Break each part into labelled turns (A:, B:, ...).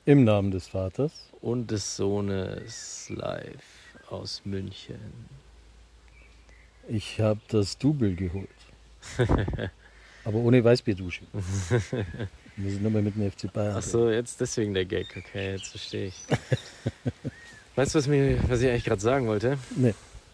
A: Im Namen des Vaters
B: und des Sohnes live aus München.
A: Ich habe das Double geholt. Aber ohne Weißbierdusche. Wir sind nur mal mit dem FC Bayern.
B: Achso, jetzt deswegen der Gag. Okay, jetzt verstehe ich. Weißt du, was ich eigentlich gerade sagen wollte?
A: Nee.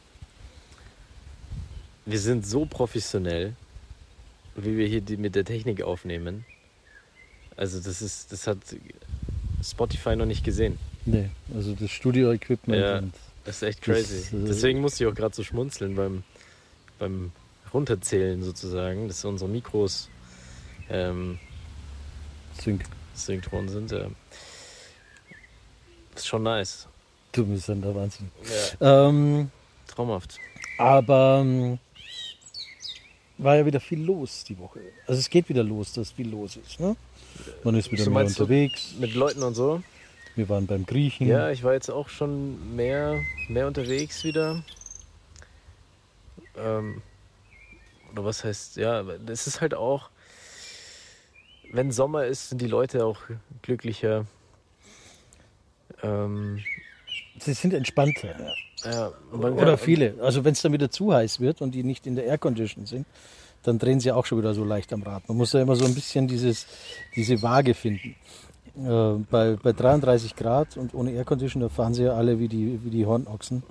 B: Wir sind so professionell, wie wir hier mit der Technik aufnehmen. Also das hat Spotify noch nicht gesehen.
A: Nee, also das Studio-Equipment.
B: Ja, das ist echt crazy. Deswegen musste ich auch gerade so schmunzeln beim Runterzählen sozusagen, dass unsere Mikros synchron sind. Ja. Das ist schon nice.
A: Du bist dann der Wahnsinn.
B: Ja. Traumhaft.
A: Aber war ja wieder viel los die Woche. Also es geht wieder los, dass viel los ist. Ne? Man ist wieder mehr unterwegs.
B: Mit Leuten und so?
A: Wir waren beim Griechen.
B: Ja, ich war jetzt auch schon mehr unterwegs wieder. Oder was heißt, ja, es ist halt auch, wenn Sommer ist, sind die Leute auch glücklicher.
A: Sie sind entspannter.
B: Ja,
A: oder viele. Also wenn es dann wieder zu heiß wird und die nicht in der Aircondition sind, dann drehen sie auch schon wieder so leicht am Rad. Man muss ja immer so ein bisschen diese Waage finden. Bei 33 Grad und ohne Aircondition, da fahren sie ja alle wie die Hornochsen.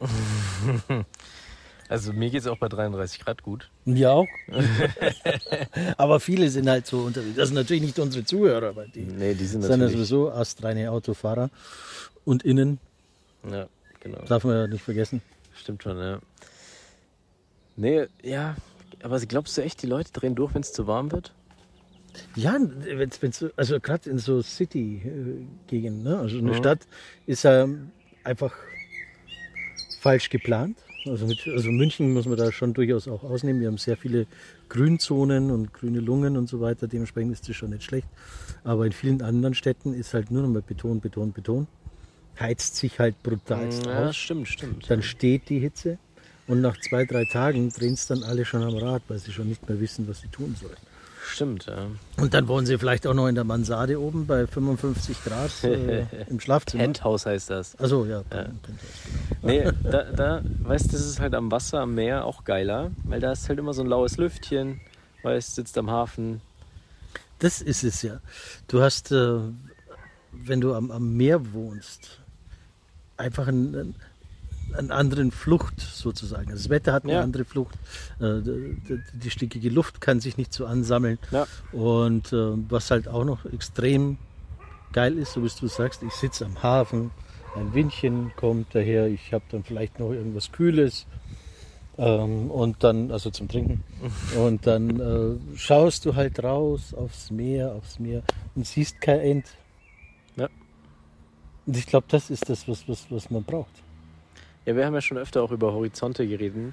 B: Also mir geht es auch bei 33 Grad gut.
A: Mir auch. Aber viele sind halt so unterwegs. Das sind natürlich nicht unsere Zuhörer, weil die
B: sind
A: ja sowieso astreine Autofahrer und innen.
B: Ja, genau.
A: Darf man ja nicht vergessen.
B: Stimmt schon, ja. Nee, ja, aber glaubst du echt, die Leute drehen durch, wenn es zu warm wird?
A: Ja, also gerade in so City-Gegenden, ne? Also eine Stadt ist ja einfach falsch geplant. Also München muss man da schon durchaus auch ausnehmen. Wir haben sehr viele Grünzonen und grüne Lungen und so weiter. Dementsprechend ist das schon nicht schlecht. Aber in vielen anderen Städten ist halt nur noch mal Beton, Beton, Beton. Heizt sich halt brutalst aus.
B: Ja, stimmt.
A: Dann steht die Hitze und nach 2-3 Tagen drehen es dann alle schon am Rad, weil sie schon nicht mehr wissen, was sie tun sollen.
B: Stimmt, ja.
A: Und dann wohnen sie vielleicht auch noch in der Mansarde oben bei 55 Grad im Schlafzimmer.
B: Penthouse heißt das.
A: Achso, ja.
B: Penthouse, genau. Nee, da, weißt du, das ist halt am Wasser, am Meer auch geiler, weil da ist halt immer so ein laues Lüftchen, weißt, sitzt am Hafen.
A: Das ist es ja. Du hast, wenn du am Meer wohnst, einfach einen anderen Flucht sozusagen. Das Wetter hat eine andere Flucht. Die stickige Luft kann sich nicht so ansammeln. Ja. Und was halt auch noch extrem geil ist, so wie du sagst, ich sitze am Hafen, ein Windchen kommt daher, ich habe dann vielleicht noch irgendwas Kühles und dann, also zum Trinken. Und dann schaust du halt raus aufs Meer und siehst kein End.
B: Ja.
A: Und ich glaube, das ist das, was man braucht.
B: Ja, wir haben ja schon öfter auch über Horizonte geredet,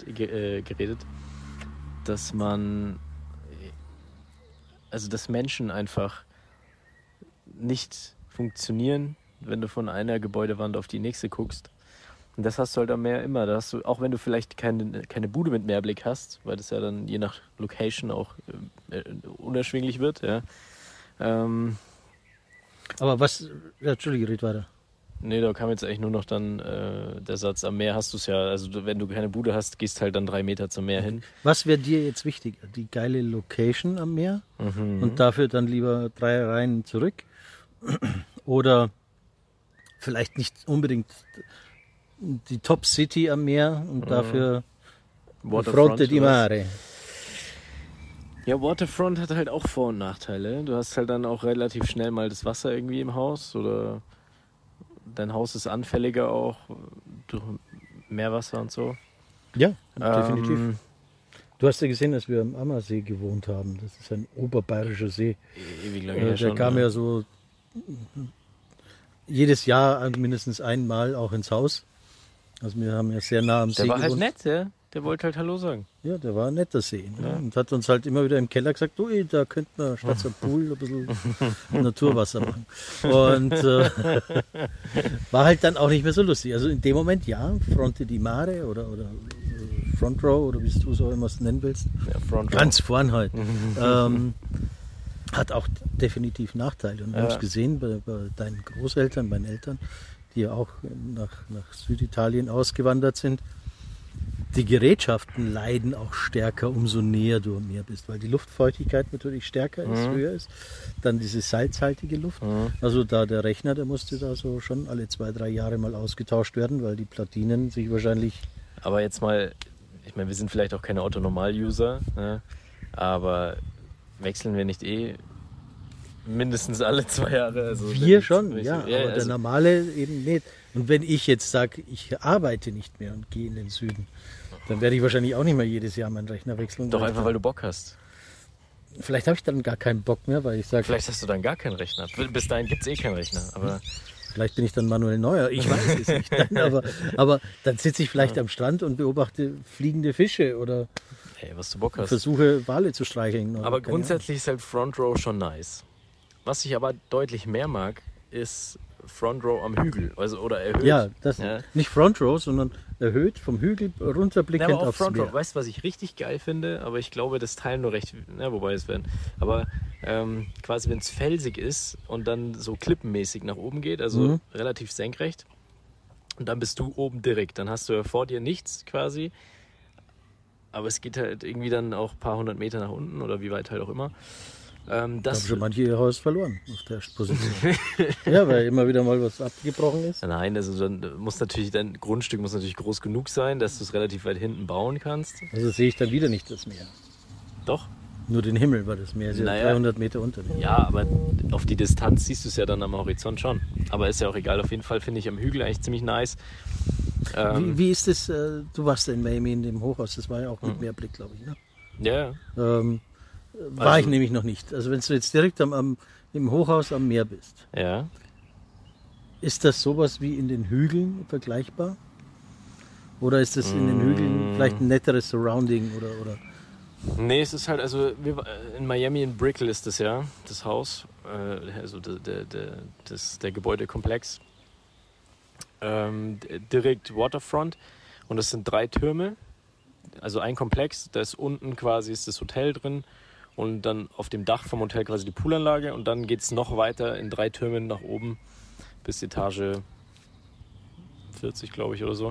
B: dass dass Menschen einfach nicht funktionieren, wenn du von einer Gebäudewand auf die nächste guckst. Und das hast du halt am Meer immer. Da hast du, auch wenn du vielleicht keine Bude mit Meerblick hast, weil das ja dann je nach Location auch unerschwinglich wird. Ja.
A: Aber was, Entschuldige, red weiter.
B: Nee, da kam jetzt eigentlich nur noch dann der Satz, am Meer hast du es ja, also wenn du keine Bude hast, gehst halt dann 3 Meter zum Meer hin.
A: Was wäre dir jetzt wichtiger? Die geile Location am Meer und dafür dann lieber 3 Reihen zurück? Oder vielleicht nicht unbedingt die Top City am Meer und dafür Fronte di Mare?
B: Ja, Waterfront hat halt auch Vor- und Nachteile. Du hast halt dann auch relativ schnell mal das Wasser irgendwie im Haus oder dein Haus ist anfälliger auch durch Meerwasser und so.
A: Ja, definitiv. Du hast ja gesehen, dass wir am Ammersee gewohnt haben. Das ist ein oberbayerischer See.
B: Ewig lange
A: der kam ja so jedes Jahr mindestens einmal auch ins Haus. Also wir haben ja sehr nah am See gewohnt.
B: Der war halt nett, ja? Der wollte halt Hallo sagen.
A: Ja, der war ein netter See. Ne? Ja. Und hat uns halt immer wieder im Keller gesagt, da könnte man statt so einem Pool ein bisschen Naturwasser machen. Und war halt dann auch nicht mehr so lustig. Also in dem Moment, ja, Fronte di Mare oder Front Row oder wie du es auch immer nennen willst.
B: Ja, Front Row.
A: Ganz vorn halt. hat auch definitiv Nachteile. Und wir haben es gesehen bei deinen Großeltern, meinen Eltern, die ja auch nach Süditalien ausgewandert sind. Die Gerätschaften leiden auch stärker, umso näher du am Meer bist, weil die Luftfeuchtigkeit natürlich stärker ist, höher ist. Dann diese salzhaltige Luft. Also da der Rechner, der musste da so schon alle 2-3 Jahre mal ausgetauscht werden, weil die Platinen sich wahrscheinlich...
B: Aber jetzt mal, ich meine, wir sind vielleicht auch keine Otto-Normal-User, ne? Aber wechseln wir nicht mindestens alle 2 Jahre? Also
A: wir schon, ja,
B: aber
A: der normale eben nicht. Und wenn ich jetzt sage, ich arbeite nicht mehr und gehe in den Süden, dann werde ich wahrscheinlich auch nicht mehr jedes Jahr meinen Rechner wechseln.
B: Doch einfach, weil du Bock hast.
A: Vielleicht habe ich dann gar keinen Bock mehr, weil ich sage...
B: Vielleicht hast du dann gar keinen Rechner. Bis dahin gibt es keinen Rechner. Aber
A: vielleicht bin ich dann Manuel Neuer, ich weiß es nicht. Nein, aber dann sitze ich vielleicht am Strand und beobachte fliegende Fische oder
B: was du Bock hast.
A: Versuche Wale zu streicheln.
B: Aber grundsätzlich ist halt Front Row schon nice. Was ich aber deutlich mehr mag, ist Front Row am Hügel, also oder erhöht.
A: Ja, nicht Front Row, sondern erhöht vom Hügel runterblickend
B: aber auch
A: aufs
B: Front
A: Meer.
B: Row. Weißt du, was ich richtig geil finde? Aber ich glaube, das teilen nur recht, wobei es werden. Aber quasi, wenn es felsig ist und dann so klippenmäßig nach oben geht, also relativ senkrecht, und dann bist du oben direkt. Dann hast du ja vor dir nichts quasi, aber es geht halt irgendwie dann auch ein paar 100 Meter nach unten oder wie weit halt auch immer.
A: Da haben schon manche ihr Haus verloren auf der Position. Ja, weil immer wieder mal was abgebrochen ist.
B: Nein, also dann dein Grundstück muss natürlich groß genug sein, dass du es relativ weit hinten bauen kannst.
A: Also sehe ich dann wieder nicht das Meer.
B: Doch.
A: Nur den Himmel, weil das Meer ist ja 300 Meter unter mir.
B: Ja, aber auf die Distanz siehst du es ja dann am Horizont schon. Aber ist ja auch egal. Auf jeden Fall finde ich am Hügel eigentlich ziemlich nice.
A: Wie ist es, du warst in Miami in dem Hochhaus, das war ja auch mit Meerblick, glaube ich, ne?
B: Ja.
A: War ich nämlich noch nicht. Also wenn du jetzt direkt im Hochhaus am Meer bist, ist das sowas wie in den Hügeln vergleichbar? Oder ist das in den Hügeln vielleicht ein netteres Surrounding? Oder?
B: Nee, es ist halt, also in Miami in Brickell ist das ja, das Haus, also der Gebäudekomplex, direkt Waterfront, und das sind 3 Türme, also ein Komplex, da ist unten quasi ist das Hotel drin und dann auf dem Dach vom Hotel quasi die Poolanlage und dann geht es noch weiter in 3 Türmen nach oben bis Etage 40, glaube ich, oder so.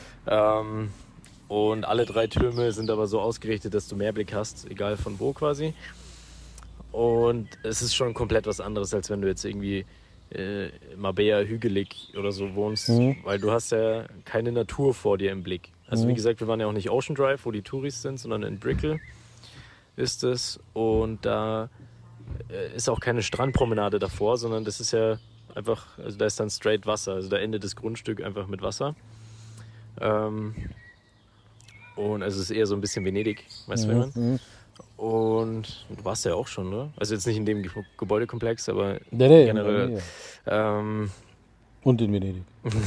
B: Und alle 3 Türme sind aber so ausgerichtet, dass du Meerblick hast, egal von wo quasi. Und es ist schon komplett was anderes, als wenn du jetzt irgendwie Marbella hügelig oder so wohnst, weil du hast ja keine Natur vor dir im Blick. Also wie gesagt, wir waren ja auch nicht Ocean Drive, wo die Touris sind, sondern in Brickell ist es. Und da ist auch keine Strandpromenade davor, sondern das ist ja einfach, also da ist dann straight Wasser, also da endet das Grundstück einfach mit Wasser. Und also es ist eher so ein bisschen Venedig, weißt du, wie man? Und du warst ja auch schon, ne? Also jetzt nicht in dem Gebäudekomplex, aber generell.
A: Und in Venedig.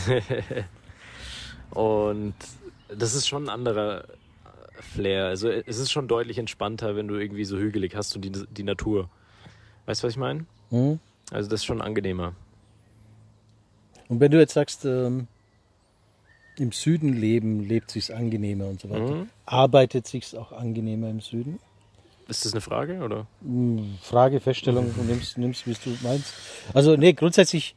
B: Und das ist schon ein anderer Flair. Also es ist schon deutlich entspannter, wenn du irgendwie so hügelig hast und die Natur. Weißt du, was ich meine? Also das ist schon angenehmer.
A: Und wenn du jetzt sagst, im Süden lebt sich's angenehmer und so weiter. Arbeitet sich's auch angenehmer im Süden?
B: Ist das eine Frage, oder?
A: Frage, Feststellung, du nimmst, wie du meinst. Also nee, grundsätzlich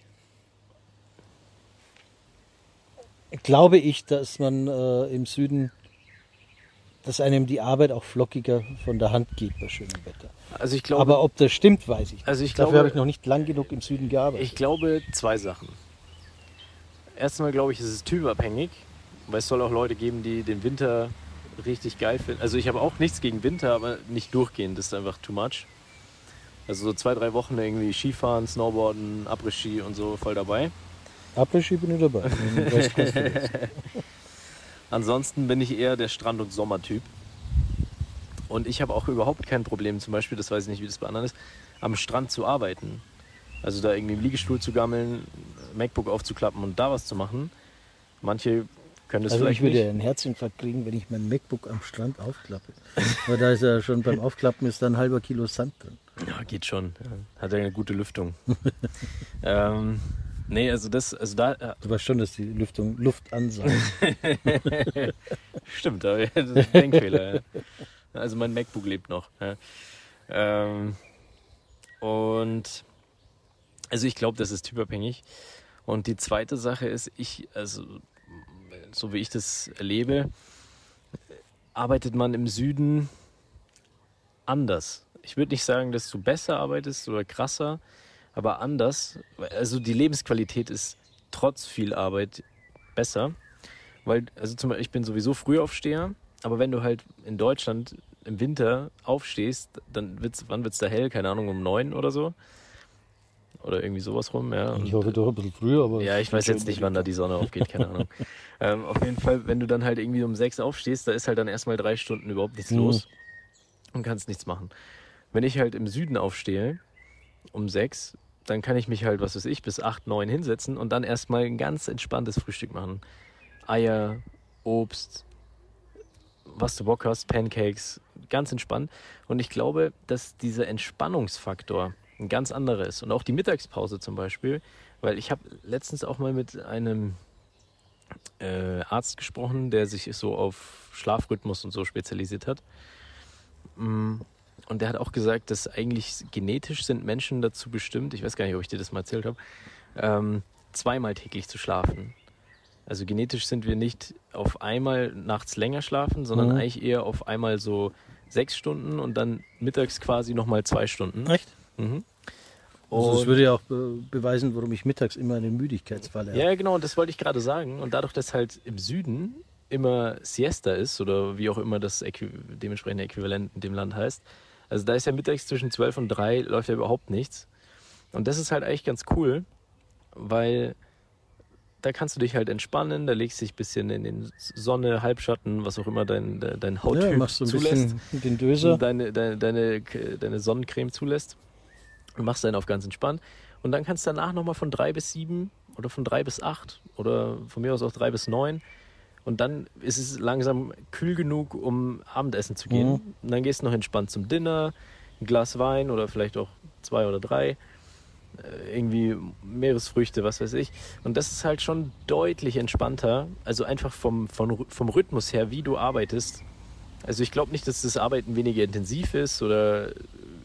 A: glaube ich, dass man im Süden, dass einem die Arbeit auch flockiger von der Hand geht bei schönem Wetter.
B: Also ich glaube,
A: aber ob das stimmt, weiß ich nicht.
B: Also
A: Dafür habe ich noch nicht lang genug im Süden gearbeitet.
B: Ich glaube 2 Sachen. Erstmal glaube ich, ist es typabhängig, weil es soll auch Leute geben, die den Winter richtig geil finden. Also ich habe auch nichts gegen Winter, aber nicht durchgehend, das ist einfach too much. Also so 2-3 Wochen irgendwie Skifahren, Snowboarden, Après-Ski und so voll dabei.
A: Après-Ski bin ich dabei.
B: Ansonsten bin ich eher der Strand- und Sommertyp. Und ich habe auch überhaupt kein Problem, zum Beispiel, das weiß ich nicht, wie das bei anderen ist, am Strand zu arbeiten. Also da irgendwie im Liegestuhl zu gammeln, MacBook aufzuklappen und da was zu machen. Manche können das vielleicht nicht.
A: Also ich würde einen Herzinfarkt kriegen, wenn ich mein MacBook am Strand aufklappe. Weil da ist ja schon beim Aufklappen ist da ein halber Kilo Sand drin.
B: Ja, geht schon. Hat ja eine gute Lüftung. Nee, also da...
A: Du weißt schon, dass die Lüftung Luft ansaugt.
B: Stimmt, aber das ist ein Denkfehler. Ja. Also mein MacBook lebt noch. Ja. Und also ich glaube, das ist typabhängig. Und die zweite Sache ist, also so wie ich das erlebe, arbeitet man im Süden anders. Ich würde nicht sagen, dass du besser arbeitest oder krasser, aber anders. Also die Lebensqualität ist trotz viel Arbeit besser. Weil, also zum Beispiel, ich bin sowieso Frühaufsteher, aber wenn du halt in Deutschland im Winter aufstehst, dann wann wird's da hell? Keine Ahnung, um 9 oder so. Oder irgendwie sowas rum, ja.
A: Ich hoffe doch ein bisschen früher, aber...
B: Ja, ich weiß jetzt nicht, wann da die Sonne aufgeht, keine Ahnung. Auf jeden Fall, wenn du dann halt irgendwie um 6 aufstehst, da ist halt dann erstmal 3 Stunden überhaupt nichts los und kannst nichts machen. Wenn ich halt im Süden aufstehe, um 6, dann kann ich mich halt, was weiß ich, bis 8, 9 hinsetzen und dann erstmal ein ganz entspanntes Frühstück machen. Eier, Obst, was du Bock hast, Pancakes, ganz entspannt. Und ich glaube, dass dieser Entspannungsfaktor ein ganz anderer ist. Und auch die Mittagspause zum Beispiel, weil ich habe letztens auch mal mit einem Arzt gesprochen, der sich so auf Schlafrhythmus und so spezialisiert hat. Und der hat auch gesagt, dass eigentlich genetisch sind Menschen dazu bestimmt, ich weiß gar nicht, ob ich dir das mal erzählt habe, 2-mal täglich zu schlafen. Also genetisch sind wir nicht auf einmal nachts länger schlafen, sondern eigentlich eher auf einmal so 6 Stunden und dann mittags quasi nochmal 2 Stunden.
A: Echt?
B: Mhm.
A: Also das würde ja auch beweisen, warum ich mittags immer eine Müdigkeitsfalle habe.
B: Ja, genau, das wollte ich gerade sagen. Und dadurch, dass halt im Süden immer Siesta ist oder wie auch immer das dementsprechende Äquivalent in dem Land heißt, also da ist ja mittags zwischen 12 und 3 läuft ja überhaupt nichts. Und das ist halt eigentlich ganz cool, weil da kannst du dich halt entspannen, da legst du dich ein bisschen in den Sonne, Halbschatten, was auch immer dein Hauttyp
A: machst du ein
B: zulässt.
A: bisschen den Döser.
B: Deine Sonnencreme zulässt. Und machst dann auf ganz entspannt. Und dann kannst du danach nochmal von 3 bis 7 oder von 3 bis 8 oder von mir aus auch 3 bis 9. Und dann ist es langsam kühl genug, um Abendessen zu gehen. Und dann gehst du noch entspannt zum Dinner, ein Glas Wein oder vielleicht auch 2 oder 3. Irgendwie Meeresfrüchte, was weiß ich. Und das ist halt schon deutlich entspannter. Also einfach vom Rhythmus her, wie du arbeitest. Also ich glaube nicht, dass das Arbeiten weniger intensiv ist oder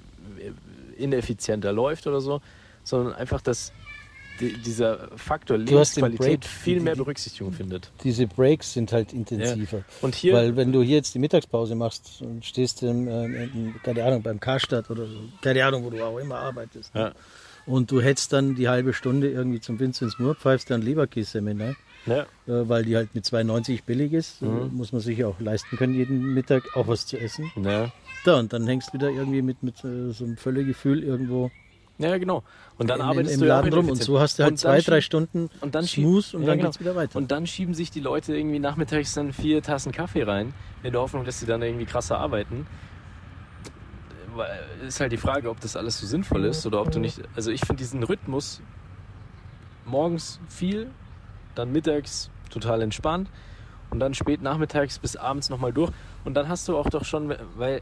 B: ineffizienter läuft oder so, sondern einfach, dass dieser Faktor Lebensqualität viel mehr Berücksichtigung findet.
A: Diese Breaks sind halt intensiver.
B: Ja. Und hier,
A: weil wenn du hier jetzt die Mittagspause machst und stehst keine Ahnung, beim Karstadt oder so, keine Ahnung, wo du auch immer arbeitest.
B: Ja.
A: Und du hättest dann die halbe Stunde irgendwie zum Vinzenz Moor, pfeifst dann Leberkässeminar, weil die halt mit 2,90 billig ist. Muss man sich auch leisten können, jeden Mittag auch was zu essen.
B: Ja.
A: Und dann hängst du wieder irgendwie mit so einem Völlegefühl irgendwo.
B: Ja, genau. Und dann arbeitest
A: im
B: du
A: Laden rum und so hast du halt 2-3 Stunden
B: und dann
A: Smooth und dann geht's wieder weiter.
B: Und dann schieben sich die Leute irgendwie nachmittags dann 4 Tassen Kaffee rein, in der Hoffnung, dass sie dann irgendwie krasser arbeiten. Ist halt die Frage, ob das alles so sinnvoll ist oder ob du nicht. Also ich finde diesen Rhythmus morgens viel, dann mittags total entspannt und dann spät nachmittags bis abends nochmal durch. Und dann hast du auch doch schon, weil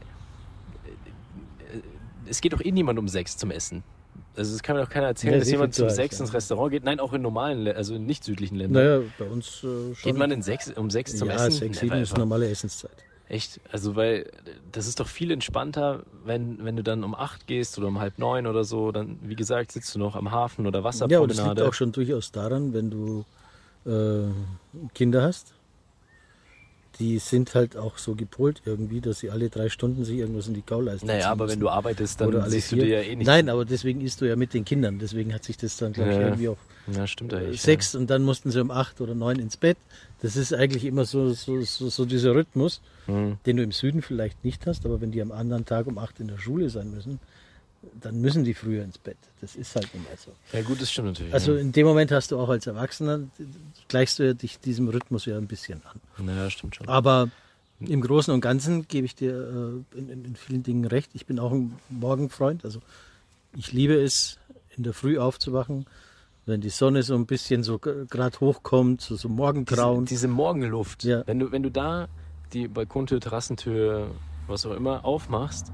B: es geht doch eh niemand um 6 zum Essen. Also es kann mir doch keiner erzählen, dass jemand zum 6 ins Restaurant geht. Nein, auch in normalen, also in nicht südlichen Ländern.
A: Naja, bei uns schon.
B: Geht man um 6 zum Essen?
A: 6, 7 ist normale Essenszeit.
B: Echt? Also weil das ist doch viel entspannter, wenn du dann um 8 gehst oder um 8:30 oder so, dann wie gesagt sitzt du noch am Hafen oder Wasserpromenade.
A: Ja, und das liegt auch schon durchaus daran, wenn du Kinder hast. Die sind halt auch so gepolt irgendwie, dass sie alle 3 Stunden sich irgendwas in die Gauleiste ziehen
B: aber
A: müssen.
B: wenn du arbeitest, dann
A: oder
B: siehst du dir ja eh nicht.
A: Nein, aber deswegen isst du ja mit den Kindern. Deswegen hat sich das dann, glaube ich, irgendwie auch
B: ja, stimmt eigentlich,
A: 6 und dann mussten sie um 8 oder 9 ins Bett. Das ist eigentlich immer so dieser Rhythmus, den du im Süden vielleicht nicht hast, aber wenn die am anderen Tag um 8 in der Schule sein müssen, dann müssen die früher ins Bett. Das ist halt immer so.
B: Ja gut, das stimmt natürlich.
A: Also in dem Moment hast du auch als Erwachsener, gleichst du ja dich diesem Rhythmus ja ein bisschen an.
B: Ja, stimmt schon.
A: Aber im Großen und Ganzen gebe ich dir in vielen Dingen recht. Ich bin auch ein Morgenfreund. Also ich liebe es, in der Früh aufzuwachen, wenn die Sonne so ein bisschen so gerade hochkommt, so Morgengrauen.
B: Diese Morgenluft.
A: Ja.
B: Wenn du da die Balkontür, Terrassentür, was auch immer aufmachst,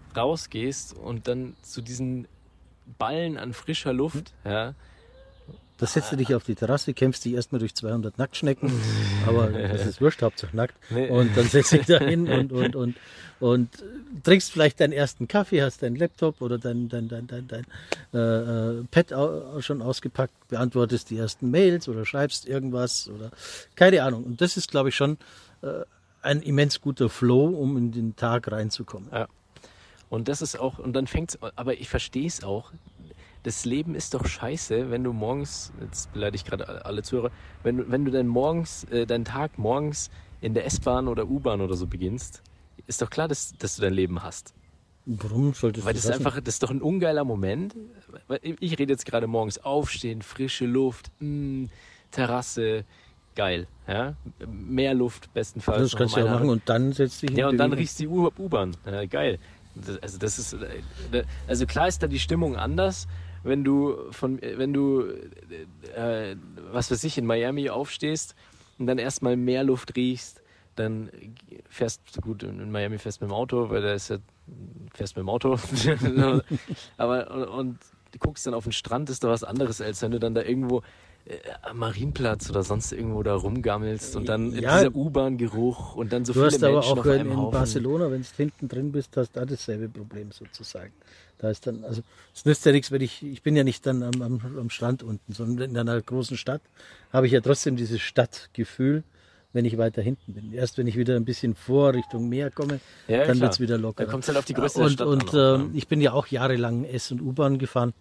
B: rausgehst und dann zu diesen Ballen an frischer Luft, ja,
A: Da setzt du dich auf die Terrasse, kämpfst dich erstmal durch 200 Nacktschnecken, aber das ist wurscht, Hauptsache nackt. Nee. Und dann setzt dich da hin und trinkst vielleicht deinen ersten Kaffee, hast deinen Laptop oder dein Pad schon ausgepackt, beantwortest die ersten Mails oder schreibst irgendwas oder keine Ahnung. Und das ist, glaube ich, schon ein immens guter Flow, um in den Tag reinzukommen.
B: Ja. Und das ist auch, und dann fängt's, aber ich verstehe es auch. Das Leben ist doch scheiße, wenn du morgens, jetzt beleidige ich gerade alle Zuhörer, wenn du deinen Tag morgens in der S-Bahn oder U-Bahn oder so beginnst, ist doch klar, dass du dein Leben hast.
A: Warum solltest du
B: das? Weil das ist doch ein ungeiler Moment. Ich rede jetzt gerade morgens, aufstehen, frische Luft, Terrasse, geil. Ja? Mehr Luft, bestenfalls.
A: Das kannst du ja machen und dann setzt dich in
B: Ja, und dann riechst du die U-Bahn. Ja, geil. Also klar ist da die Stimmung anders, wenn du was weiß ich, in Miami aufstehst und dann erstmal mehr Luft riechst, dann fährst du gut in Miami fährst mit dem Auto, weil fährst mit dem Auto. Und du guckst dann auf den Strand, ist doch was anderes, als wenn du dann da irgendwo am Marienplatz oder sonst irgendwo da rumgammelst und dann dieser U-Bahn-Geruch und dann so viele Menschen auf einem Haufen. Du hast aber auch in
A: Barcelona, wenn du hinten drin bist, hast du da dasselbe Problem sozusagen. Da ist dann, also es nützt ja nichts, wenn ich bin ja nicht dann am Strand unten, sondern in einer großen Stadt habe ich ja trotzdem dieses Stadtgefühl, wenn ich weiter hinten bin. Erst wenn ich wieder ein bisschen Richtung Meer komme, dann wird es wieder locker.
B: Dann kommt es halt auf die Größe der Stadt an.
A: Ich bin ja auch jahrelang S- und U-Bahn gefahren.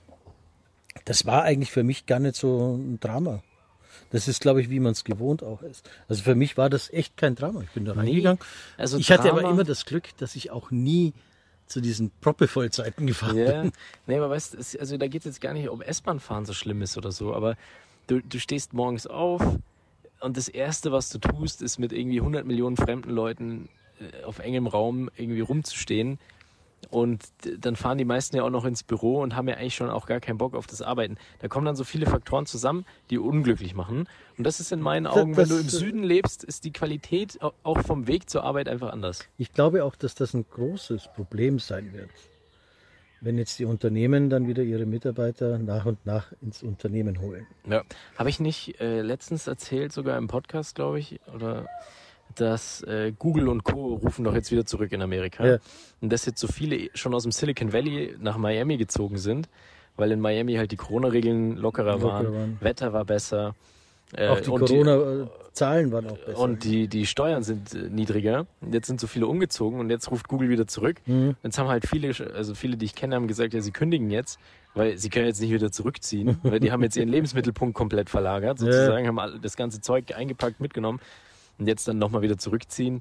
A: Das war eigentlich für mich gar nicht so ein Drama. Das ist, glaube ich, wie man es gewohnt auch ist. Also für mich war das echt kein Drama. Ich bin da reingegangen. Also ich hatte aber immer das Glück, dass ich auch nie zu diesen Proppevollzeiten gefahren bin.
B: Nee, aber weißt du, also da geht es jetzt gar nicht, ob S-Bahn fahren so schlimm ist oder so, aber du stehst morgens auf und das Erste, was du tust, ist mit irgendwie 100 Millionen fremden Leuten auf engem Raum irgendwie rumzustehen. Und dann fahren die meisten ja auch noch ins Büro und haben ja eigentlich schon auch gar keinen Bock auf das Arbeiten. Da kommen dann so viele Faktoren zusammen, die unglücklich machen. Und das ist in meinen Augen, wenn du im Süden lebst, ist die Qualität auch vom Weg zur Arbeit einfach anders.
A: Ich glaube auch, dass das ein großes Problem sein wird. Wenn jetzt die Unternehmen dann wieder ihre Mitarbeiter nach und nach ins Unternehmen holen.
B: Ja, habe ich nicht letztens erzählt, sogar im Podcast, glaube ich, oder... dass Google und Co. rufen doch jetzt wieder zurück in Amerika. Ja. Und dass jetzt so viele schon aus dem Silicon Valley nach Miami gezogen sind, weil in Miami halt die Corona-Regeln lockerer waren, Wetter war besser.
A: Auch die Corona-Zahlen waren auch besser.
B: Und die Steuern sind niedriger. Jetzt sind so viele umgezogen und jetzt ruft Google wieder zurück. Mhm. Jetzt haben halt viele, die ich kenne, haben gesagt, ja, sie kündigen jetzt, weil sie können jetzt nicht wieder zurückziehen, weil die haben jetzt ihren Lebensmittelpunkt komplett verlagert, sozusagen, haben das ganze Zeug eingepackt, mitgenommen. Und jetzt dann nochmal wieder zurückziehen,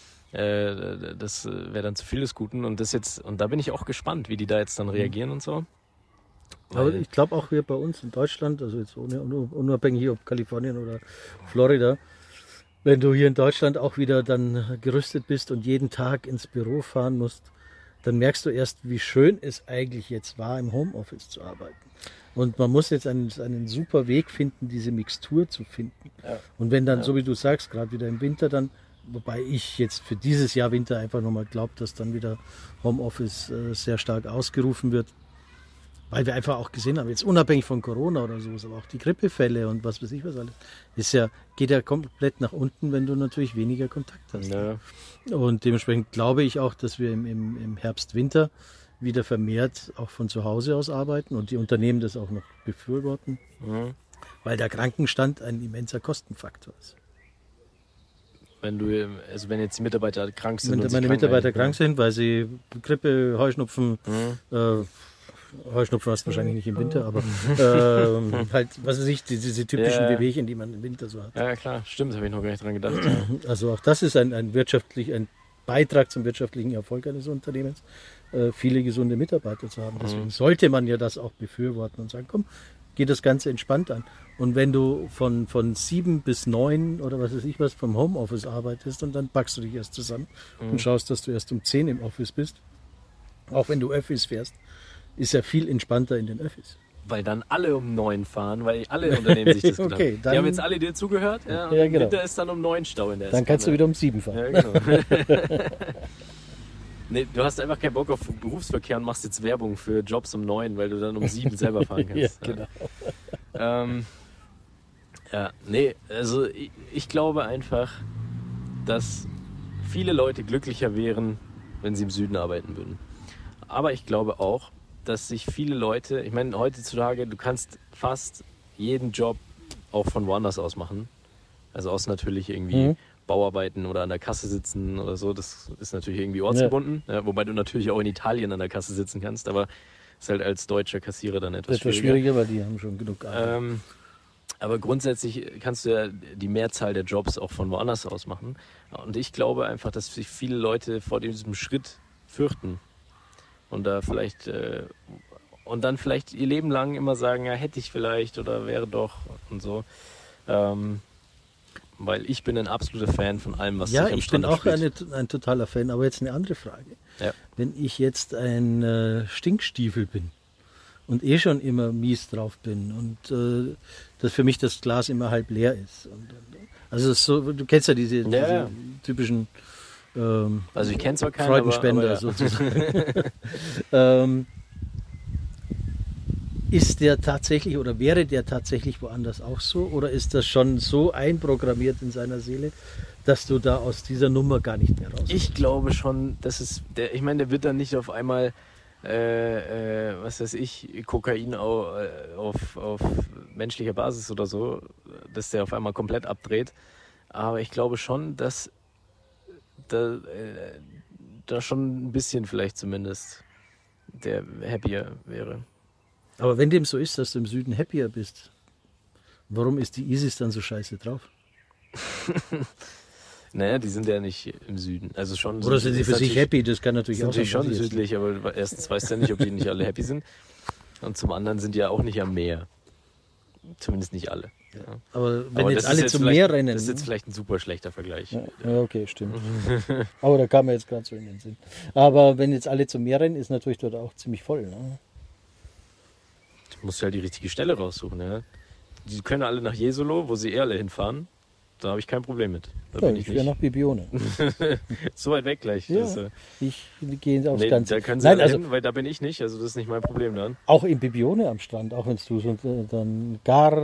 B: das wäre dann zu viel des Guten. Und da bin ich auch gespannt, wie die da jetzt dann reagieren und so.
A: Aber ich glaube auch hier bei uns in Deutschland, also jetzt unabhängig ob Kalifornien oder Florida, wenn du hier in Deutschland auch wieder dann gerüstet bist und jeden Tag ins Büro fahren musst, dann merkst du erst, wie schön es eigentlich jetzt war, im Homeoffice zu arbeiten. Und man muss jetzt einen super Weg finden, diese Mixtur zu finden. Ja. Und wenn dann, so wie du sagst, gerade wieder im Winter dann, wobei ich jetzt für dieses Jahr Winter einfach nochmal glaube, dass dann wieder Homeoffice sehr stark ausgerufen wird, weil wir einfach auch gesehen haben, jetzt unabhängig von Corona oder sowas, aber auch die Grippefälle und was weiß ich was alles, geht ja komplett nach unten, wenn du natürlich weniger Kontakt hast. Ja. Und dementsprechend glaube ich auch, dass wir im Herbst, Winter wieder vermehrt auch von zu Hause aus arbeiten und die Unternehmen das auch noch befürworten, weil der Krankenstand ein immenser Kostenfaktor ist.
B: Wenn jetzt die Mitarbeiter krank sind.
A: Wenn meine Mitarbeiter krank sind, weil sie Grippe, Heuschnupfen, Heuschnupfen hast du wahrscheinlich nicht im Winter, aber halt, was weiß ich, diese typischen Wehwehchen, die man im Winter so hat.
B: Ja, klar, stimmt, habe ich noch gar nicht dran gedacht.
A: Also auch das ist ein Beitrag zum wirtschaftlichen Erfolg eines Unternehmens, viele gesunde Mitarbeiter zu haben. Deswegen sollte man ja das auch befürworten und sagen, komm, geh das Ganze entspannt an. Und wenn du von 7 bis 9 oder was weiß ich was vom Homeoffice arbeitest und dann packst du dich erst zusammen und schaust, dass du erst um 10 im Office bist, auch wenn du Öffis fährst, ist ja viel entspannter in den Öffis.
B: Weil dann alle um 9 fahren, weil alle Unternehmen sich das gedacht haben. Die haben jetzt alle dir zugehört, und
A: genau.
B: Im Winter ist dann um 9 Stau in der
A: Dann kannst du wieder um 7 fahren.
B: Ja, genau. Nee, du hast einfach keinen Bock auf Berufsverkehr und machst jetzt Werbung für Jobs um 9, weil du dann um 7 selber fahren kannst.
A: Ja, genau.
B: Also ich glaube einfach, dass viele Leute glücklicher wären, wenn sie im Süden arbeiten würden. Aber ich glaube auch, dass sich viele Leute, ich meine heutzutage, du kannst fast jeden Job auch von woanders aus machen. Also außer natürlich irgendwie Bauarbeiten oder an der Kasse sitzen oder so. Das ist natürlich irgendwie ortsgebunden. Ja, wobei du natürlich auch in Italien an der Kasse sitzen kannst, aber ist halt als deutscher Kassierer dann etwas schwieriger,
A: weil die haben schon genug Arbeit.
B: Aber grundsätzlich kannst du ja die Mehrzahl der Jobs auch von woanders aus machen. Und ich glaube einfach, dass sich viele Leute vor diesem Schritt fürchten. Und da vielleicht und dann vielleicht ihr Leben lang immer sagen, ja, hätte ich vielleicht oder wäre doch und so. Weil ich bin ein absoluter Fan von allem, was sich am Strand abspielt.
A: Ja, ich bin auch ein totaler Fan, aber jetzt eine andere Frage.
B: Ja.
A: Wenn ich jetzt ein Stinkstiefel bin und schon immer mies drauf bin und dass für mich das Glas immer halb leer ist. Also so, du kennst ja diese typischen
B: also ich kenne zwar keinen,
A: Freudenspender
B: aber
A: sozusagen. Ist der tatsächlich oder wäre der tatsächlich woanders auch so? Oder ist das schon so einprogrammiert in seiner Seele, dass du da aus dieser Nummer gar nicht mehr raus bist?
B: Ich glaube schon, dass es, ich meine, der wird dann nicht auf einmal, was weiß ich, Kokain auf menschlicher Basis oder so, dass der auf einmal komplett abdreht. Aber ich glaube schon, dass da schon ein bisschen vielleicht zumindest der happier wäre.
A: Aber wenn dem so ist, dass du im Süden happier bist, warum ist die ISIS dann so scheiße drauf?
B: Naja, die sind ja nicht im Süden. Also schon.
A: Oder sind sie für sich happy? Das kann natürlich auch sein.
B: Natürlich schon südlich, aber erstens weißt du ja nicht, ob die nicht alle happy sind. Und zum anderen sind die ja auch nicht am Meer. Zumindest nicht alle. Ja.
A: Aber wenn jetzt alle zum Meer rennen.
B: Das ist jetzt vielleicht ein super schlechter Vergleich.
A: Ja, okay, stimmt. Aber da kam mir jetzt gerade so in den Sinn. Aber wenn jetzt alle zum Meer rennen, ist natürlich dort auch ziemlich voll. Ne?
B: Du musst ja halt die richtige Stelle raussuchen. Ja? Die können alle nach Jesolo, wo sie alle hinfahren. Da habe ich kein Problem mit.
A: Ich wäre nach Bibione.
B: So weit weg gleich.
A: Ja, ich gehe aufs Ganze.
B: Da können sie hin, weil da bin ich nicht. Also das ist nicht mein Problem dann.
A: Auch in Bibione am Strand, auch wenn du so dann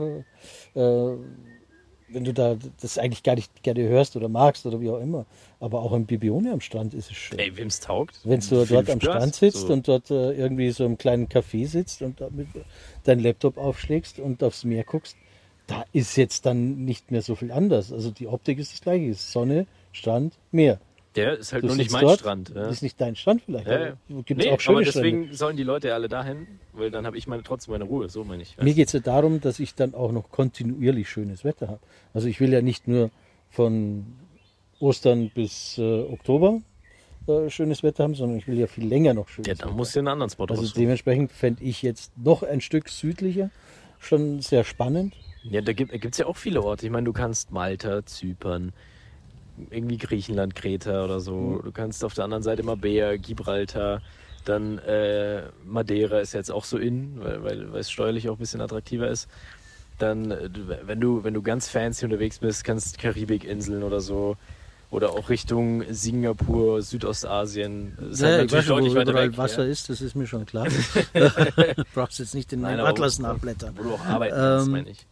A: wenn du da das eigentlich gar nicht gerne hörst oder magst oder wie auch immer. Aber auch in Bibione am Strand ist es schön.
B: Ey, wem's taugt?
A: Wenn du dort am Strand sitzt und dort irgendwie so im kleinen Café sitzt und damit deinen Laptop aufschlägst und aufs Meer guckst, da ist jetzt dann nicht mehr so viel anders. Also die Optik ist das gleiche. Sonne, Strand, Meer.
B: Der ist halt nur nicht mein
A: dort,
B: Strand. Ja.
A: Ist nicht dein Strand vielleicht.
B: Ja.
A: Gibt's auch schöne
B: aber deswegen
A: Strände.
B: sollen die Leute alle dahin, weil dann habe ich trotzdem meine Ruhe. So meine ich.
A: Mir geht es ja darum, dass ich dann auch noch kontinuierlich schönes Wetter habe. Also ich will ja nicht nur von Ostern bis Oktober schönes Wetter haben, sondern ich will ja viel länger noch schönes Wetter.
B: Ja, dann musst du einen anderen Spot
A: Also
B: raussuchen.
A: dementsprechend fände ich jetzt noch ein Stück südlicher schon sehr spannend.
B: Ja, da gibt's ja auch viele Orte. Ich meine, du kannst Malta, Zypern, irgendwie Griechenland, Kreta oder so. Du kannst auf der anderen Seite Marbella, Gibraltar, dann Madeira ist jetzt auch so weil es steuerlich auch ein bisschen attraktiver ist. Dann, wenn du ganz fancy unterwegs bist, kannst Karibikinseln oder so. Oder auch Richtung Singapur, Südostasien. Das ist halt natürlich deutlich weiter weg.
A: Wasser ist, das ist mir schon klar. Du brauchst jetzt nicht den Atlas nachblättern.
B: Wo du auch arbeiten kannst, meine ich.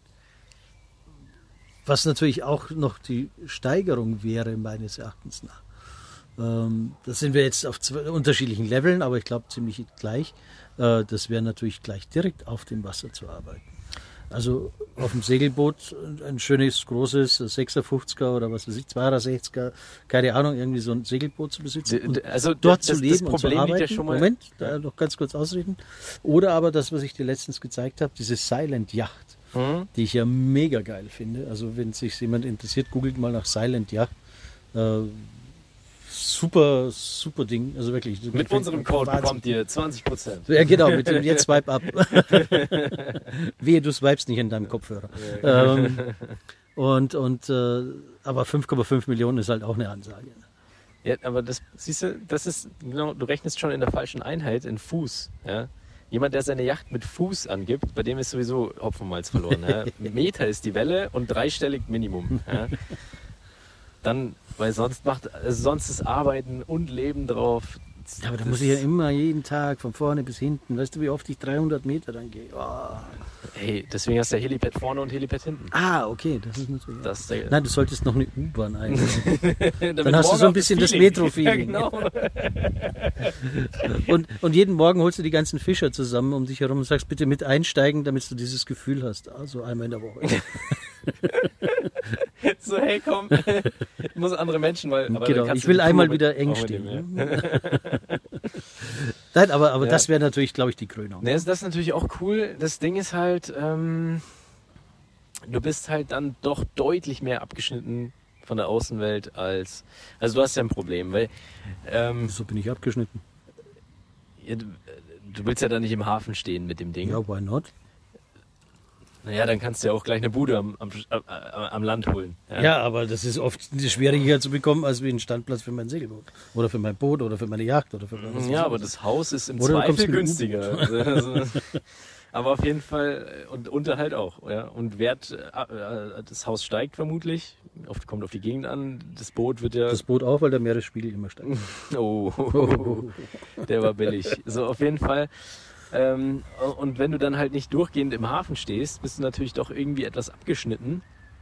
A: Was natürlich auch noch die Steigerung wäre, meines Erachtens nach. Da sind wir jetzt auf zwei unterschiedlichen Leveln, aber ich glaube ziemlich gleich. Das wäre natürlich gleich direkt auf dem Wasser zu arbeiten. Also auf dem Segelboot ein schönes, großes 56er oder was weiß ich, 62er, keine Ahnung, irgendwie so ein Segelboot zu besitzen.
B: Also
A: dort zu leben und zu
B: Problem
A: arbeiten.
B: liegt ja schon mal.
A: Moment, da noch ganz kurz ausreden. Oder aber das, was ich dir letztens gezeigt habe, diese Silent Yacht, die ich ja mega geil finde. Also wenn sich jemand interessiert, googelt mal nach Silent Yacht. Super, super Ding. Also wirklich.
B: Mit unserem Code bekommt ihr 20%.
A: Ja, genau, mit dem jetzt swipe ab. Wehe, du swipest nicht in deinem Kopfhörer. Aber 5,5 Millionen ist halt auch eine Ansage.
B: Ja, aber das, siehst du, das ist, genau, du rechnest schon in der falschen Einheit, in Fuß. Ja? Jemand, der seine Yacht mit Fuß angibt, bei dem ist sowieso Hopfenmalz verloren. Ja? Meter ist die Welle und dreistellig Minimum. Ja? Dann, weil sonst ist Arbeiten und Leben drauf.
A: Ja, aber da muss ich ja immer jeden Tag von vorne bis hinten. Weißt du, wie oft ich 300 Meter dann gehe? Oh.
B: Hey, deswegen hast du ja Helipad vorne und Helipad hinten.
A: Ah, okay, das ist natürlich...
B: Das ist der,
A: Nein, du solltest noch eine U-Bahn einbauen.
B: Damit
A: Dann hast du so ein bisschen das Metro-Feeling.
B: Ja, genau.
A: Und jeden Morgen holst du die ganzen Fischer zusammen um dich herum und sagst, bitte mit einsteigen, damit du dieses Gefühl hast. Also einmal in der Woche.
B: So, hey, komm. Ich muss andere Menschen mal... Aber
A: genau, ich will einmal wieder eng stehen. Nein, aber das wäre natürlich, glaube ich, die Krönung.
B: Ne, das ist natürlich auch cool. Das Ding ist halt, du bist halt dann doch deutlich mehr abgeschnitten von der Außenwelt als... Also du hast ja ein Problem, weil...
A: So bin ich abgeschnitten.
B: Du willst ja da nicht im Hafen stehen mit dem Ding.
A: Ja, why not?
B: Naja, dann kannst du ja auch gleich eine Bude am Land holen.
A: Ja, aber das ist oft schwieriger zu bekommen, als wie ein Standplatz für mein Segelboot. Oder für mein Boot oder für meine Yacht. Oder für was.
B: Ja, aber das Haus ist im
A: Oder
B: Zweifel günstiger. Also, aber auf jeden Fall, und Unterhalt auch. Ja. Und Wert, das Haus steigt vermutlich, kommt auf die Gegend an. Das Boot wird ja...
A: Das Boot auch, weil der Meeresspiegel immer steigt.
B: Oh, der war billig. So, auf jeden Fall... und wenn du dann halt nicht durchgehend im Hafen stehst, bist du natürlich doch irgendwie etwas abgeschnitten.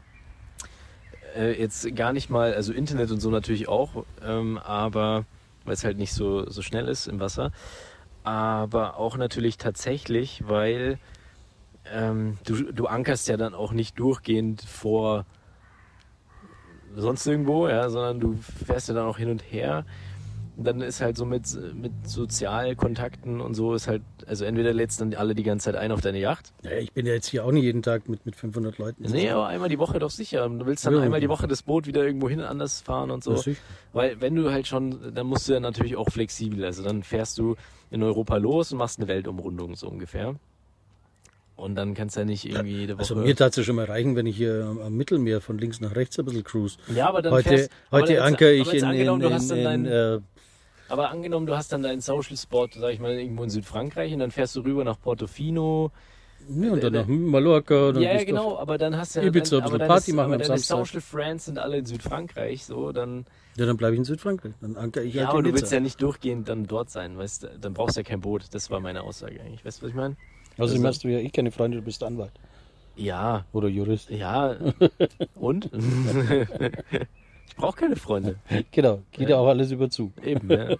B: Jetzt gar nicht mal, also Internet und so natürlich auch, aber weil es halt nicht so schnell ist im Wasser. Aber auch natürlich tatsächlich, weil du ankerst ja dann auch nicht durchgehend vor sonst irgendwo, ja, sondern du fährst ja dann auch hin und her. Dann ist halt so mit Sozialkontakten und so ist halt, also entweder lädst dann alle die ganze Zeit ein auf deine Yacht.
A: Ja, ich bin ja jetzt hier auch nicht jeden Tag mit 500 Leuten.
B: Nee, aber einmal die Woche doch sicher. Du willst dann einmal die Woche das Boot wieder irgendwo hin anders fahren und so. Weil wenn du halt schon, dann musst du ja natürlich auch flexibel. Also dann fährst du in Europa los und machst eine Weltumrundung so ungefähr. Und dann kannst du ja nicht irgendwie jede Woche...
A: Also mir tat es ja schon mal reichen, wenn ich hier am Mittelmeer von links nach rechts ein bisschen cruise.
B: Ja, aber dann
A: heute anker ich
B: Aber angenommen, du hast dann deinen Social Spot, sag ich mal, irgendwo in Südfrankreich und dann fährst du rüber nach Portofino.
A: Ja, und dann nach Mallorca. Dann
B: ja, genau, aber dann hast du ja...
A: Ibiza, ein bisschen Party machen am Samstag.
B: Social Friends sind alle in Südfrankreich, so, dann...
A: Ja, dann bleibe ich in Südfrankreich, dann anker ich
B: ja,
A: halt
B: aber
A: in
B: du willst ja nicht durchgehend dann dort sein, weißt du, dann brauchst du ja kein Boot, das war meine Aussage eigentlich, weißt du, was ich meine?
A: Also hast du ja keine Freunde, du bist Anwalt.
B: Ja.
A: Oder Jurist.
B: Ja, und? Ich brauche keine Freunde.
A: Genau, geht ja auch alles über Zug.
B: Eben, ja.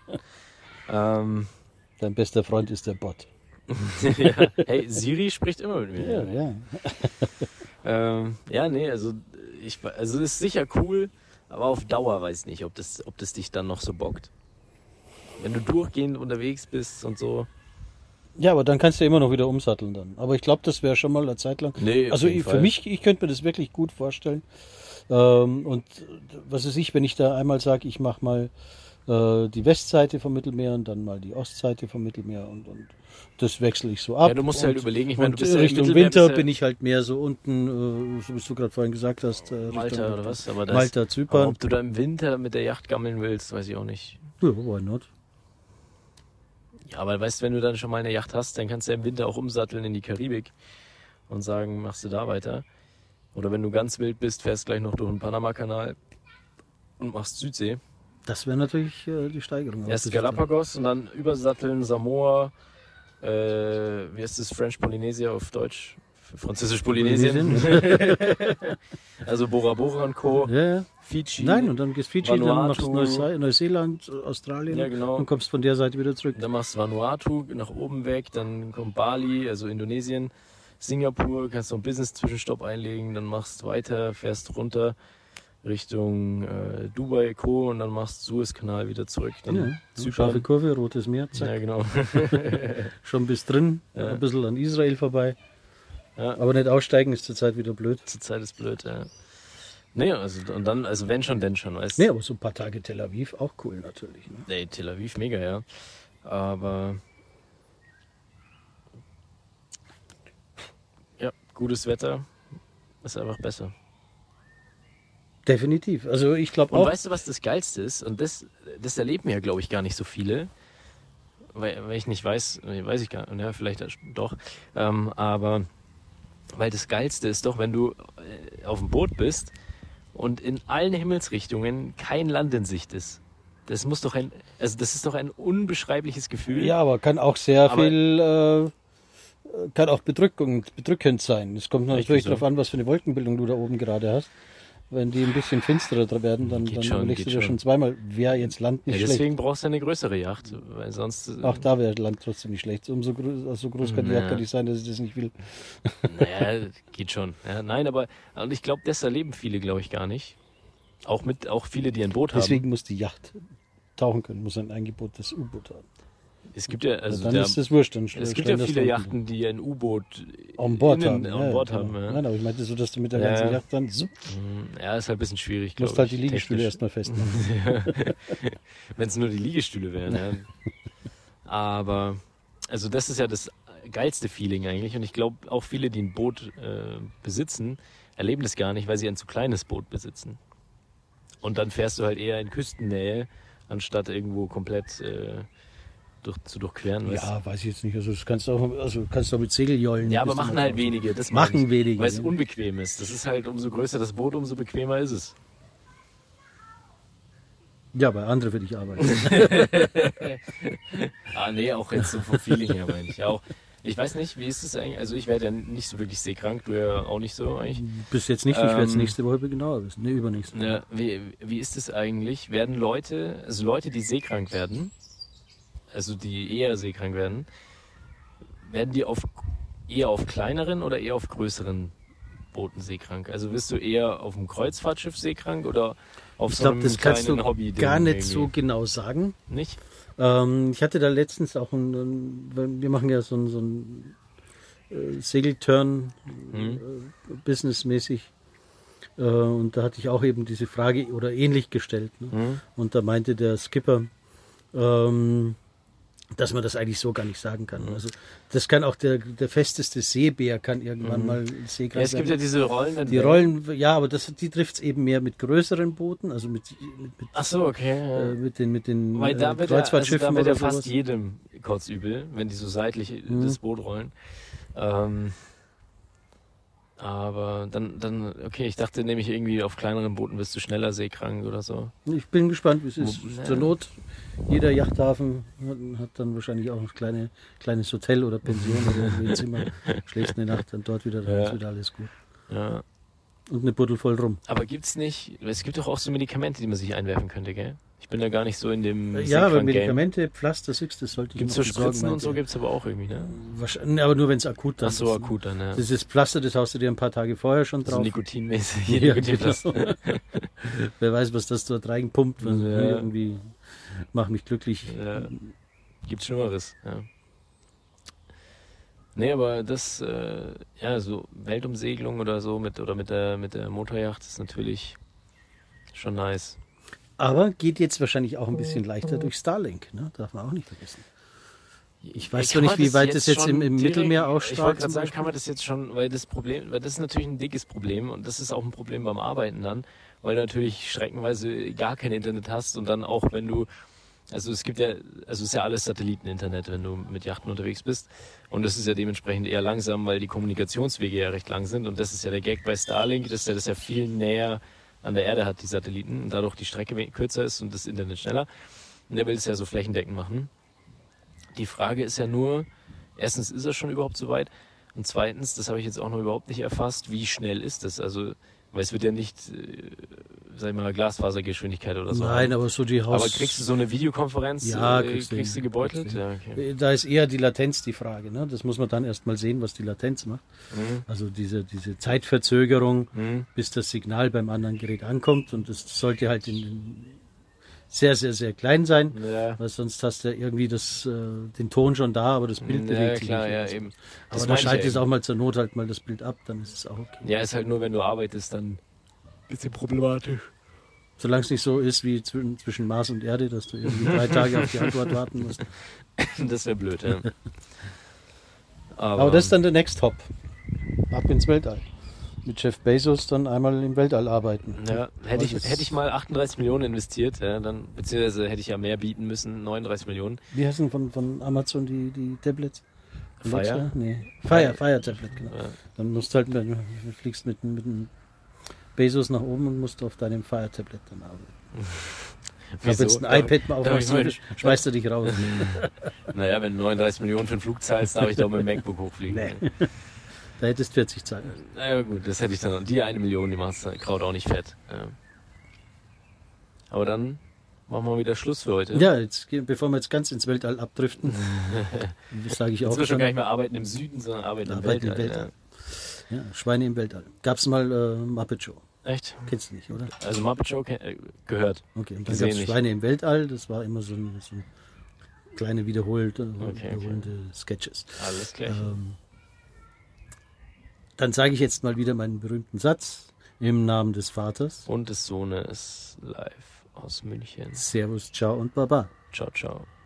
A: Dein bester Freund ist der Bot.
B: Ja. Hey, Siri spricht immer mit mir.
A: Ja.
B: Ja, nee, also es ist sicher cool, aber auf Dauer weiß ich nicht, ob das dich dann noch so bockt. Wenn du durchgehend unterwegs bist und so.
A: Ja, aber dann kannst du ja immer noch wieder umsatteln dann. Aber ich glaube, das wäre schon mal eine Zeit lang.
B: Nee,
A: also für mich, ich könnte mir das wirklich gut vorstellen. Und was weiß ich, wenn ich da einmal sage, ich mache mal die Westseite vom Mittelmeer und dann mal die Ostseite vom Mittelmeer und das wechsle ich so ab.
B: Ja, du musst halt überlegen, ich meine, du bist
A: Richtung
B: ja
A: Winter bin ich halt mehr so unten, so wie du gerade vorhin gesagt hast.
B: Malta oder was? Aber
A: Malta, Zypern.
B: Aber ob du da im Winter mit der Yacht gammeln willst, weiß ich auch nicht.
A: Ja, why not?
B: Ja, aber weißt du, wenn du dann schon mal eine Yacht hast, dann kannst du ja im Winter auch umsatteln in die Karibik und sagen, machst du da weiter. Oder wenn du ganz wild bist, fährst gleich noch durch den Panama-Kanal und machst Südsee.
A: Das wäre natürlich die Steigerung.
B: Erst Galapagos und dann übersatteln, Samoa, wie heißt das, French Polynesia auf Deutsch? Französisch Polynesien. Also Bora Bora und Co.
A: Ja.
B: Fiji.
A: Nein, und dann gehst Fiji,
B: Vanuatu,
A: dann machst du Neuseeland, Australien,
B: ja, genau.
A: und kommst von der Seite wieder zurück.
B: Dann machst du Vanuatu nach oben weg, dann kommt Bali, also Indonesien, Singapur, kannst du einen Business-Zwischenstopp einlegen, dann machst weiter, fährst runter Richtung Dubai, Co. und dann machst du Suezkanal wieder zurück. Dann
A: scharfe Kurve, Rotes Meer, zack.
B: Ja, genau.
A: Schon bis drin, ein bisschen an Israel vorbei. Ja. Aber nicht aussteigen ist zurzeit wieder blöd.
B: Zurzeit ist blöd, ja. Nee, also und dann, also wenn schon, denn schon, weißt du.
A: Nee, aber so ein paar Tage Tel Aviv auch cool natürlich. Ne?
B: Nee, Tel Aviv mega, ja. Aber ja, gutes Wetter ist einfach besser.
A: Definitiv. Also ich glaube auch.
B: Und weißt du, was das Geilste ist? Und das erleben ja, glaube ich, gar nicht so viele. Weil ich nicht weiß ich gar nicht, ja, vielleicht doch. Aber weil das Geilste ist doch, wenn du auf dem Boot bist und in allen Himmelsrichtungen kein Land in Sicht ist. Das muss doch das ist doch ein unbeschreibliches Gefühl.
A: Ja, aber kann auch sehr viel kann auch bedrückend sein. Es kommt natürlich darauf an, was für eine Wolkenbildung du da oben gerade hast. Wenn die ein bisschen finsterer werden, dann überlegst du dir schon zweimal, wer jetzt Land nicht schlecht.
B: Deswegen brauchst du eine größere Yacht, weil sonst...
A: Auch da wäre Land trotzdem nicht schlecht. So groß kann die Yacht gar nicht sein, dass ich das nicht will.
B: Naja, geht schon. Ja, nein, aber und ich glaube, das erleben viele, glaube ich, gar nicht. Auch viele, die ein Boot haben.
A: Deswegen muss die Yacht tauchen können, muss ein eingebohrtes U-Boot haben.
B: Es gibt ja, also
A: dann ist das wurscht.
B: Es gibt ja viele Yachten, die ein U-Boot
A: an Bord haben.
B: Ja.
A: Nein, aber ich meinte so, dass du mit der ganzen Yacht dann...
B: Ja, ist halt ein bisschen schwierig, glaube ich.
A: Du musst halt die Liegestühle erstmal festmachen.
B: Wenn es nur die Liegestühle wären. Ja. Aber, also das ist ja das geilste Feeling eigentlich. Und ich glaube, auch viele, die ein Boot besitzen, erleben das gar nicht, weil sie ein zu kleines Boot besitzen. Und dann fährst du halt eher in Küstennähe, anstatt irgendwo komplett... zu durchqueren.
A: Ja, weiß ich jetzt nicht. Also das kannst du auch mit Segeljollen.
B: Ja, aber machen halt wenige. Das
A: machen wenige.
B: Weil es unbequem ist. Das ist halt, umso größer das Boot, umso bequemer ist es.
A: Ja, bei anderen würde ich arbeiten.
B: Nee, auch jetzt so vom Feeling her meine ich auch. Ich weiß nicht, wie ist es eigentlich? Also ich werde ja nicht so wirklich seekrank, du ja auch nicht so eigentlich.
A: Bis jetzt nicht, ich werde es nächste Woche genauer wissen. Ne, übernächste Woche.
B: Ja, wie ist es eigentlich? Werden Leute, die seekrank werden, also die eher seekrank werden die eher auf kleineren oder eher auf größeren Booten seekrank? Also wirst du eher auf einem Kreuzfahrtschiff seekrank oder auf so einem kleinen Hobby? Ich glaube, das kannst du
A: gar nicht so genau sagen.
B: Nicht?
A: Ich hatte da letztens auch wir machen ja so ein Segelturn businessmäßig. Und da hatte ich auch eben diese Frage oder ähnlich gestellt. Ne? Und da meinte der Skipper, dass man das eigentlich so gar nicht sagen kann. Also das kann auch der festeste Seebär kann irgendwann mal seekrank werden.
B: Es gibt ja diese Rollen.
A: Die Rollen, ja, aber die trifft es eben mehr mit größeren Booten, also mit
B: ach so, okay.
A: Mit den
B: weil da wird
A: Kreuzfahrtschiffen
B: da wird ja
A: sowas.
B: fast jedem kotzübel, wenn die so seitlich das Boot rollen. Aber dann, okay, ich dachte nämlich irgendwie auf kleineren Booten wirst du schneller seekrank oder so.
A: Ich bin gespannt, wie es ist. Zur Not, jeder Yachthafen hat dann wahrscheinlich auch ein kleines Hotel oder Pension oder ein Zimmer. Schläfst eine Nacht, dann dort wieder, dann ist wieder alles gut.
B: Ja.
A: Und eine Buddel voll rum.
B: Aber es gibt doch auch so Medikamente, die man sich einwerfen könnte, gell? Ich bin da gar nicht so in dem
A: Ja, aber Medikamente, Pflaster, das sollte ich
B: Gibt's so Spritzen und so gibt's aber auch irgendwie, ne?
A: Wahrscheinlich, aber nur wenn es akut dann
B: ist. Ach so, akut dann, ja.
A: Das ist Pflaster, das haust du dir ein paar Tage vorher schon drauf.
B: So nikotinmäßig. Ja, genau.
A: Wer weiß, was das dort reinpumpt. Irgendwie macht mich glücklich.
B: Ja. Gibt's Schlimmeres, ja. Nee, aber das, so Weltumsegelung oder so mit der Motoryacht ist natürlich schon nice.
A: Aber geht jetzt wahrscheinlich auch ein bisschen leichter durch Starlink, ne? Darf man auch nicht vergessen. Ich weiß zwar nicht, wie weit das jetzt im Mittelmeer ausstrahlt.
B: Ich wollte gerade sagen, kann man das jetzt schon, weil das ist natürlich ein dickes Problem und das ist auch ein Problem beim Arbeiten dann, weil du natürlich streckenweise gar kein Internet hast und dann auch, wenn du, es ist ja alles Satelliteninternet, wenn du mit Yachten unterwegs bist und das ist ja dementsprechend eher langsam, weil die Kommunikationswege ja recht lang sind und das ist ja der Gag bei Starlink, dass das ja viel näher an der Erde hat, die Satelliten, und dadurch die Strecke kürzer ist und das Internet schneller. Und der will es ja so flächendeckend machen. Die Frage ist ja nur, erstens, ist er schon überhaupt so weit? Und zweitens, das habe ich jetzt auch noch überhaupt nicht erfasst, wie schnell ist das? Also, weil es wird ja nicht, sag ich mal, Glasfasergeschwindigkeit oder so.
A: Nein, aber so die
B: Aber kriegst du so eine Videokonferenz?
A: Ja,
B: kriegst du gebeutelt? Ja, okay.
A: Da ist eher die Latenz die Frage. Ne? Das muss man dann erst mal sehen, was die Latenz macht. Also diese Zeitverzögerung, bis das Signal beim anderen Gerät ankommt. Und das sollte halt sehr, sehr, sehr klein sein, weil sonst hast du ja irgendwie den Ton schon da, aber das Bild bewegt sich
B: klar,
A: nicht.
B: Ja, eben.
A: Aber da schaltet es auch mal zur Not halt mal das Bild ab, dann ist es auch okay.
B: Ja, ist halt nur, wenn du arbeitest, dann ein bisschen problematisch.
A: Solange es nicht so ist wie zwischen Mars und Erde, dass du irgendwie 3 Tage auf die Antwort warten musst.
B: Das wäre blöd, ja.
A: Aber das ist dann der Next Hop. Ab ins Weltall. Mit Jeff Bezos dann einmal im Weltall arbeiten.
B: Ja, hätte ich mal 38 Millionen investiert, ja, dann, beziehungsweise hätte ich ja mehr bieten müssen, 39 Millionen.
A: Wie heißen von Amazon die Tablets?
B: Fire?
A: Nee. Fire Tablet, genau. Ja. Dann musst du halt, du fliegst mit einem Bezos nach oben und musst auf deinem Fire Tablet dann arbeiten. Aber wenn du ein iPad mal aufmachst, schmeißt du dich raus.
B: Naja, wenn du 39 Millionen für einen Flug zahlst, darf ich doch mit dem MacBook hochfliegen.
A: Nee. Da hättest du 40 zahlen.
B: Naja gut, das hätte ich dann. Die 1 Million, die machst du Kraut auch nicht fett. Ja. Aber dann machen wir wieder Schluss für heute.
A: Ja, jetzt, bevor wir jetzt ganz ins Weltall abdriften, das sage ich auch.
B: Jetzt wirst du gar nicht mehr arbeiten im Süden, sondern arbeiten im Weltall.
A: Ja, Schweine im Weltall. Gab es mal Muppet Show.
B: Echt?
A: Kennst du nicht, oder?
B: Also Muppet Show gehört.
A: Okay, und dann gab es Schweine im Weltall. Das war immer so ein kleine wiederholende Sketches.
B: Alles klar.
A: Dann sage ich jetzt mal wieder meinen berühmten Satz. Im Namen des Vaters.
B: Und des Sohnes live aus München.
A: Servus, ciao und baba.
B: Ciao, ciao.